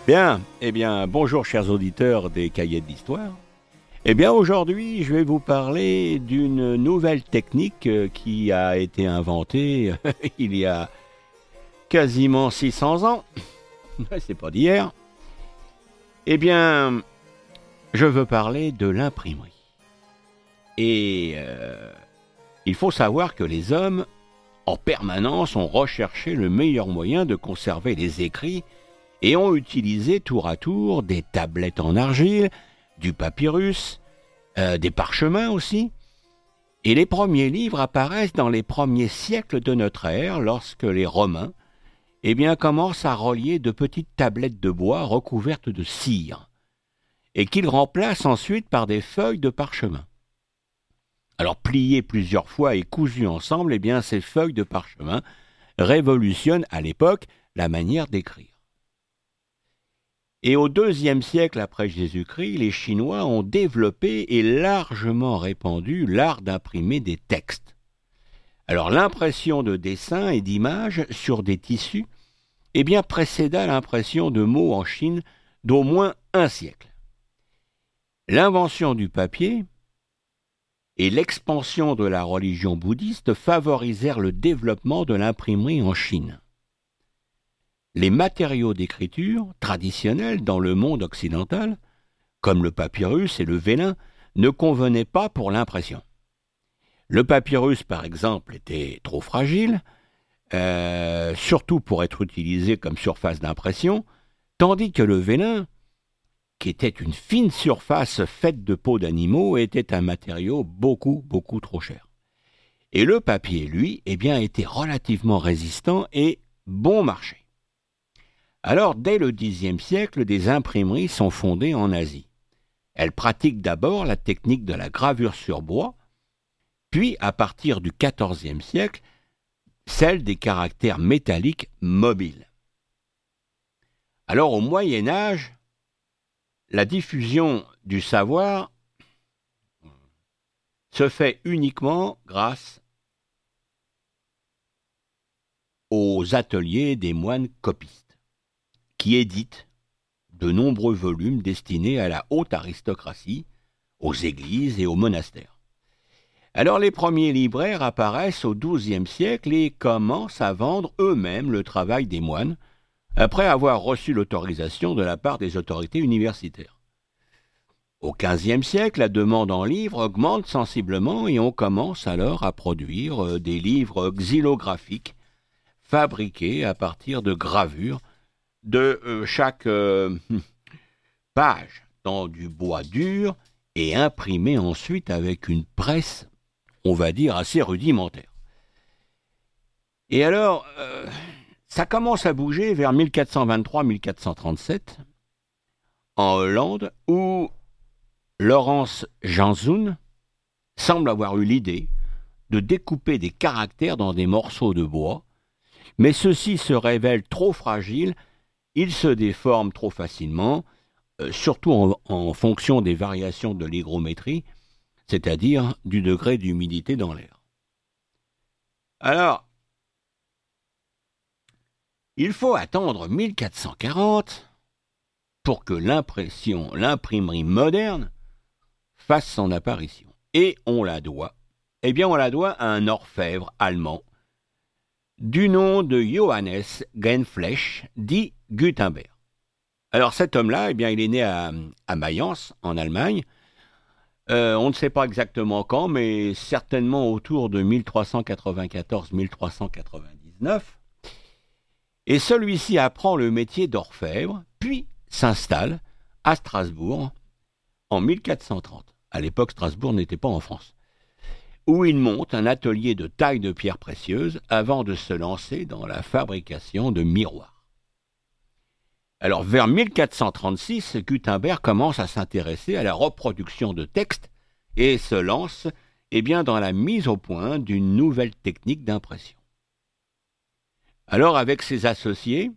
Bien, bonjour chers auditeurs des Cahiers de l'Histoire. Aujourd'hui, je vais vous parler d'une nouvelle technique qui a été inventée il y a quasiment 600 ans. C'est pas d'hier. Je veux parler de l'imprimerie. Il faut savoir que les hommes, en permanence, ont recherché le meilleur moyen de conserver les écrits et ont utilisé tour à tour des tablettes en argile, du papyrus, des parchemins aussi. Et les premiers livres apparaissent dans les premiers siècles de notre ère, lorsque les Romains commencent à relier de petites tablettes de bois recouvertes de cire, et qu'ils remplacent ensuite par des feuilles de parchemin. Alors pliées plusieurs fois et cousues ensemble, ces feuilles de parchemin révolutionnent à l'époque la manière d'écrire. Et au IIe siècle après Jésus-Christ, les Chinois ont développé et largement répandu l'art d'imprimer des textes. Alors l'impression de dessins et d'images sur des tissus précéda l'impression de mots en Chine d'au moins un siècle. L'invention du papier et l'expansion de la religion bouddhiste favorisèrent le développement de l'imprimerie en Chine. Les matériaux d'écriture traditionnels dans le monde occidental, comme le papyrus et le vélin, ne convenaient pas pour l'impression. Le papyrus, par exemple, était trop fragile, surtout pour être utilisé comme surface d'impression, tandis que le vélin, qui était une fine surface faite de peaux d'animaux, était un matériau beaucoup trop cher. Et le papier, lui, était relativement résistant et bon marché. Alors, dès le Xe siècle, des imprimeries sont fondées en Asie. Elles pratiquent d'abord la technique de la gravure sur bois, puis, à partir du XIVe siècle, celle des caractères métalliques mobiles. Alors, au Moyen Âge, la diffusion du savoir se fait uniquement grâce aux ateliers des moines copistes, qui édite de nombreux volumes destinés à la haute aristocratie, aux églises et aux monastères. Alors les premiers libraires apparaissent au XIIe siècle et commencent à vendre eux-mêmes le travail des moines, après avoir reçu l'autorisation de la part des autorités universitaires. Au XVe siècle, la demande en livres augmente sensiblement et on commence alors à produire des livres xylographiques fabriqués à partir de gravures de chaque page dans du bois dur et imprimé ensuite avec une presse, on va dire, assez rudimentaire. Et alors, ça commence à bouger vers 1423-1437 en Hollande, où Laurens Janszoon semble avoir eu l'idée de découper des caractères dans des morceaux de bois, mais ceux-ci se révèlent trop fragiles. Il se déforme trop facilement, surtout en fonction des variations de l'hygrométrie, c'est-à-dire du degré d'humidité dans l'air. Alors, il faut attendre 1440 pour que l'imprimerie moderne fasse son apparition. Et on la doit à un orfèvre allemand du nom de Johannes Gänflech, dit Gutenberg. Alors cet homme-là, il est né à Mayence, en Allemagne. On ne sait pas exactement quand, mais certainement autour de 1394-1399. Et celui-ci apprend le métier d'orfèvre, puis s'installe à Strasbourg en 1430. À l'époque, Strasbourg n'était pas en France. Où il monte un atelier de taille de pierres précieuses avant de se lancer dans la fabrication de miroirs. Alors, vers 1436, Gutenberg commence à s'intéresser à la reproduction de textes et se lance dans la mise au point d'une nouvelle technique d'impression. Alors, avec ses associés,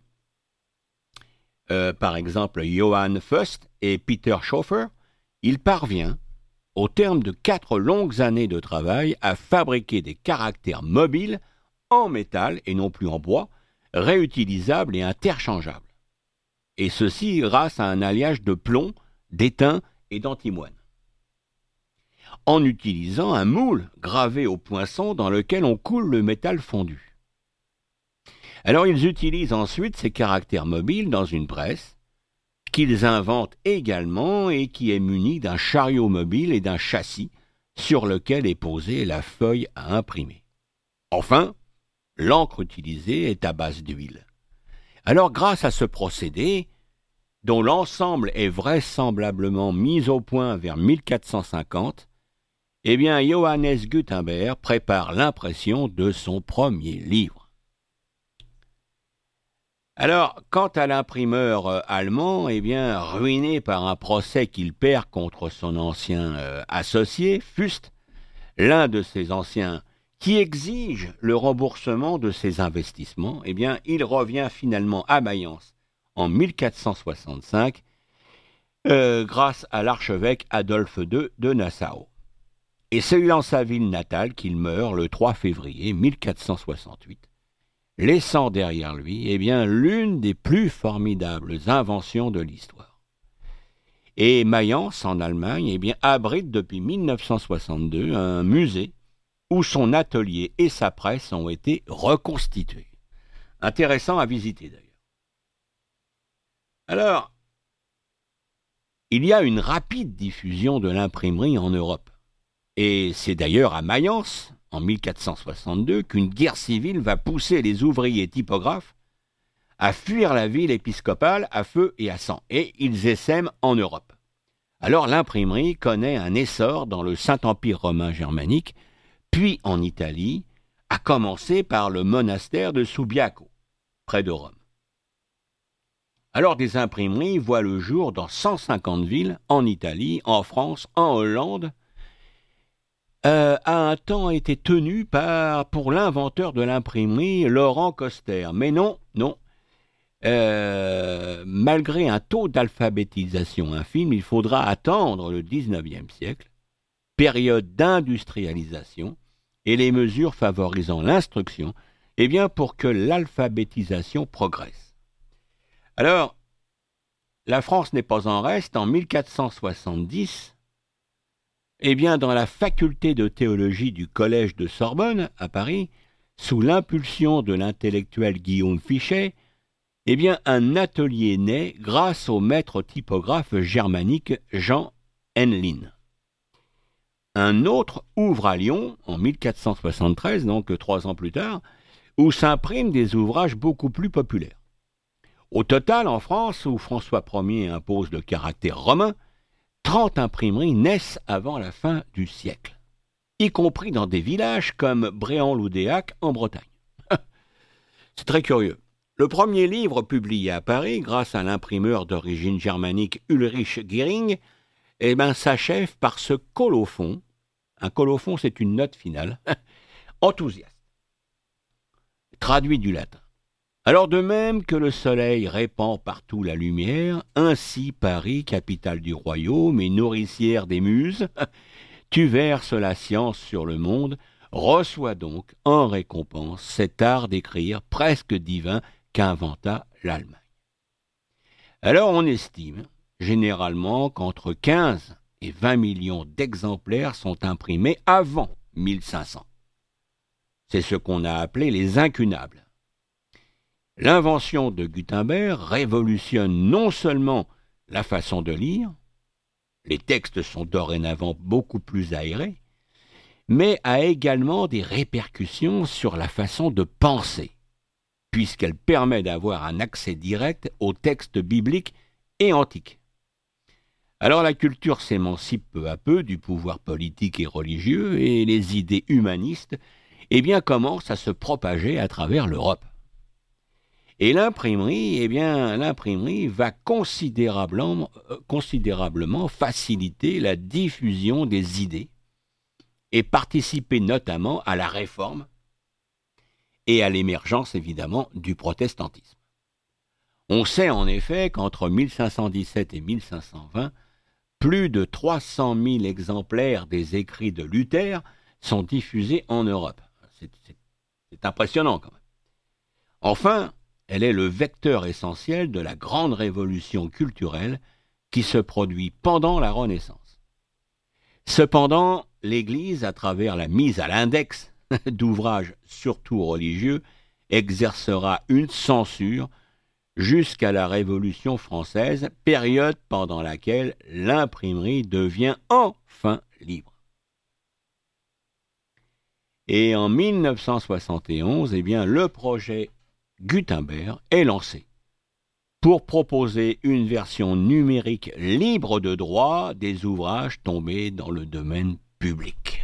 par exemple Johann Fust et Peter Schoeffer, il parvient, au terme de 4 longues années de travail, à fabriquer des caractères mobiles en métal et non plus en bois, réutilisables et interchangeables. et ceci grâce à un alliage de plomb, d'étain et d'antimoine, en utilisant un moule gravé au poinçon dans lequel on coule le métal fondu. Alors ils utilisent ensuite ces caractères mobiles dans une presse qu'ils inventent également et qui est munie d'un chariot mobile et d'un châssis sur lequel est posée la feuille à imprimer. Enfin, l'encre utilisée est à base d'huile. Alors grâce à ce procédé, dont l'ensemble est vraisemblablement mis au point vers 1450, eh bien Johannes Gutenberg prépare l'impression de son premier livre. Alors, quant à l'imprimeur allemand, eh bien, ruiné par un procès qu'il perd contre son ancien associé, Fust, l'un de ses anciens, qui exige le remboursement de ses investissements, eh bien, il revient finalement à Mayence en 1465, grâce à l'archevêque Adolphe II de Nassau. Et c'est dans sa ville natale qu'il meurt le 3 février 1468, laissant derrière lui l'une des plus formidables inventions de l'histoire. Et Mayence, en Allemagne, abrite depuis 1962 un musée où son atelier et sa presse ont été reconstitués. Intéressant à visiter d'ailleurs. Alors, il y a une rapide diffusion de l'imprimerie en Europe. Et c'est d'ailleurs à Mayence, en 1462, qu'une guerre civile va pousser les ouvriers typographes à fuir la ville épiscopale à feu et à sang, et ils essaiment en Europe. Alors l'imprimerie connaît un essor dans le Saint-Empire romain germanique, puis en Italie, à commencer par le monastère de Subiaco, près de Rome. Alors des imprimeries voient le jour dans 150 villes, en Italie, en France, en Hollande, a un temps été tenu pour l'inventeur de l'imprimerie, Laurent Coster. Mais non, malgré un taux d'alphabétisation infime, il faudra attendre le XIXe siècle, période d'industrialisation, et les mesures favorisant l'instruction, pour que l'alphabétisation progresse. Alors, la France n'est pas en reste. En 1470, dans la faculté de théologie du Collège de Sorbonne, à Paris, sous l'impulsion de l'intellectuel Guillaume Fichet, un atelier naît grâce au maître typographe germanique Jean Henlin. Un autre ouvre à Lyon, en 1473, donc 3 ans plus tard, où s'impriment des ouvrages beaucoup plus populaires. Au total, en France, où François Ier impose le caractère romain, 30 imprimeries naissent avant la fin du siècle, y compris dans des villages comme Bréant-Loudéac en Bretagne. C'est très curieux. Le premier livre publié à Paris, grâce à l'imprimeur d'origine germanique Ulrich Gering, s'achève par ce colophon. Un colophon, c'est une note finale. Enthousiaste. Traduit du latin. Alors de même que le soleil répand partout la lumière, ainsi Paris, capitale du royaume et nourricière des muses, tu verses la science sur le monde, reçois donc en récompense cet art d'écrire presque divin qu'inventa l'Allemagne. Alors on estime généralement qu'entre 15 et 20 millions d'exemplaires sont imprimés avant 1500. C'est ce qu'on a appelé les incunables. L'invention de Gutenberg révolutionne non seulement la façon de lire, les textes sont dorénavant beaucoup plus aérés, mais a également des répercussions sur la façon de penser, puisqu'elle permet d'avoir un accès direct aux textes bibliques et antiques. Alors la culture s'émancipe peu à peu du pouvoir politique et religieux, et les idées humanistes commencent à se propager à travers l'Europe. Et l'imprimerie va considérablement faciliter la diffusion des idées et participer notamment à la réforme et à l'émergence évidemment du protestantisme. On sait en effet qu'entre 1517 et 1520, plus de 300 000 exemplaires des écrits de Luther sont diffusés en Europe. C'est impressionnant quand même. Enfin, elle est le vecteur essentiel de la grande révolution culturelle qui se produit pendant la Renaissance. Cependant, l'Église, à travers la mise à l'index d'ouvrages surtout religieux, exercera une censure jusqu'à la Révolution française, période pendant laquelle l'imprimerie devient enfin libre. Et en 1971, le projet Gutenberg est lancé pour proposer une version numérique libre de droit des ouvrages tombés dans le domaine public.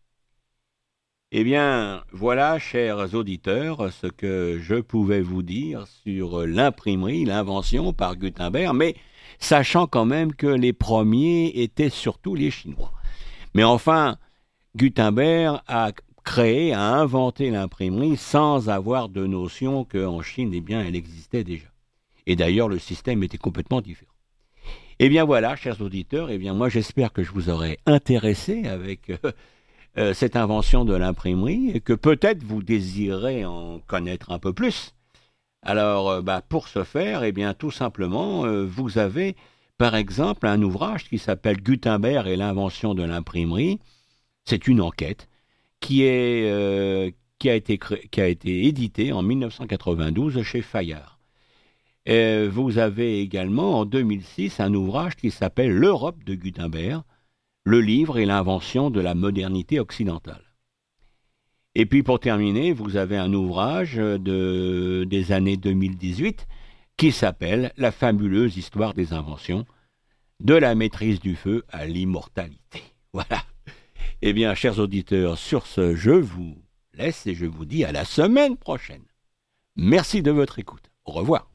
Voilà, chers auditeurs, ce que je pouvais vous dire sur l'imprimerie, l'invention par Gutenberg, mais sachant quand même que les premiers étaient surtout les Chinois. Mais enfin, Gutenberg a inventé l'imprimerie sans avoir de notion qu'en Chine, elle existait déjà. Et d'ailleurs, le système était complètement différent. Voilà, chers auditeurs, moi j'espère que je vous aurai intéressé avec cette invention de l'imprimerie et que peut-être vous désirez en connaître un peu plus. Alors, pour ce faire, tout simplement, vous avez par exemple un ouvrage qui s'appelle Gutenberg et l'invention de l'imprimerie. C'est une enquête qui a été éditée en 1992 chez Fayard. Vous avez également en 2006 un ouvrage qui s'appelle L'Europe de Gutenberg, le livre et l'invention de la modernité occidentale. Et puis pour terminer, vous avez un ouvrage des années 2018 qui s'appelle La fabuleuse histoire des inventions, de la maîtrise du feu à l'immortalité. Voilà. Chers auditeurs, sur ce, je vous laisse et je vous dis à la semaine prochaine. Merci de votre écoute. Au revoir.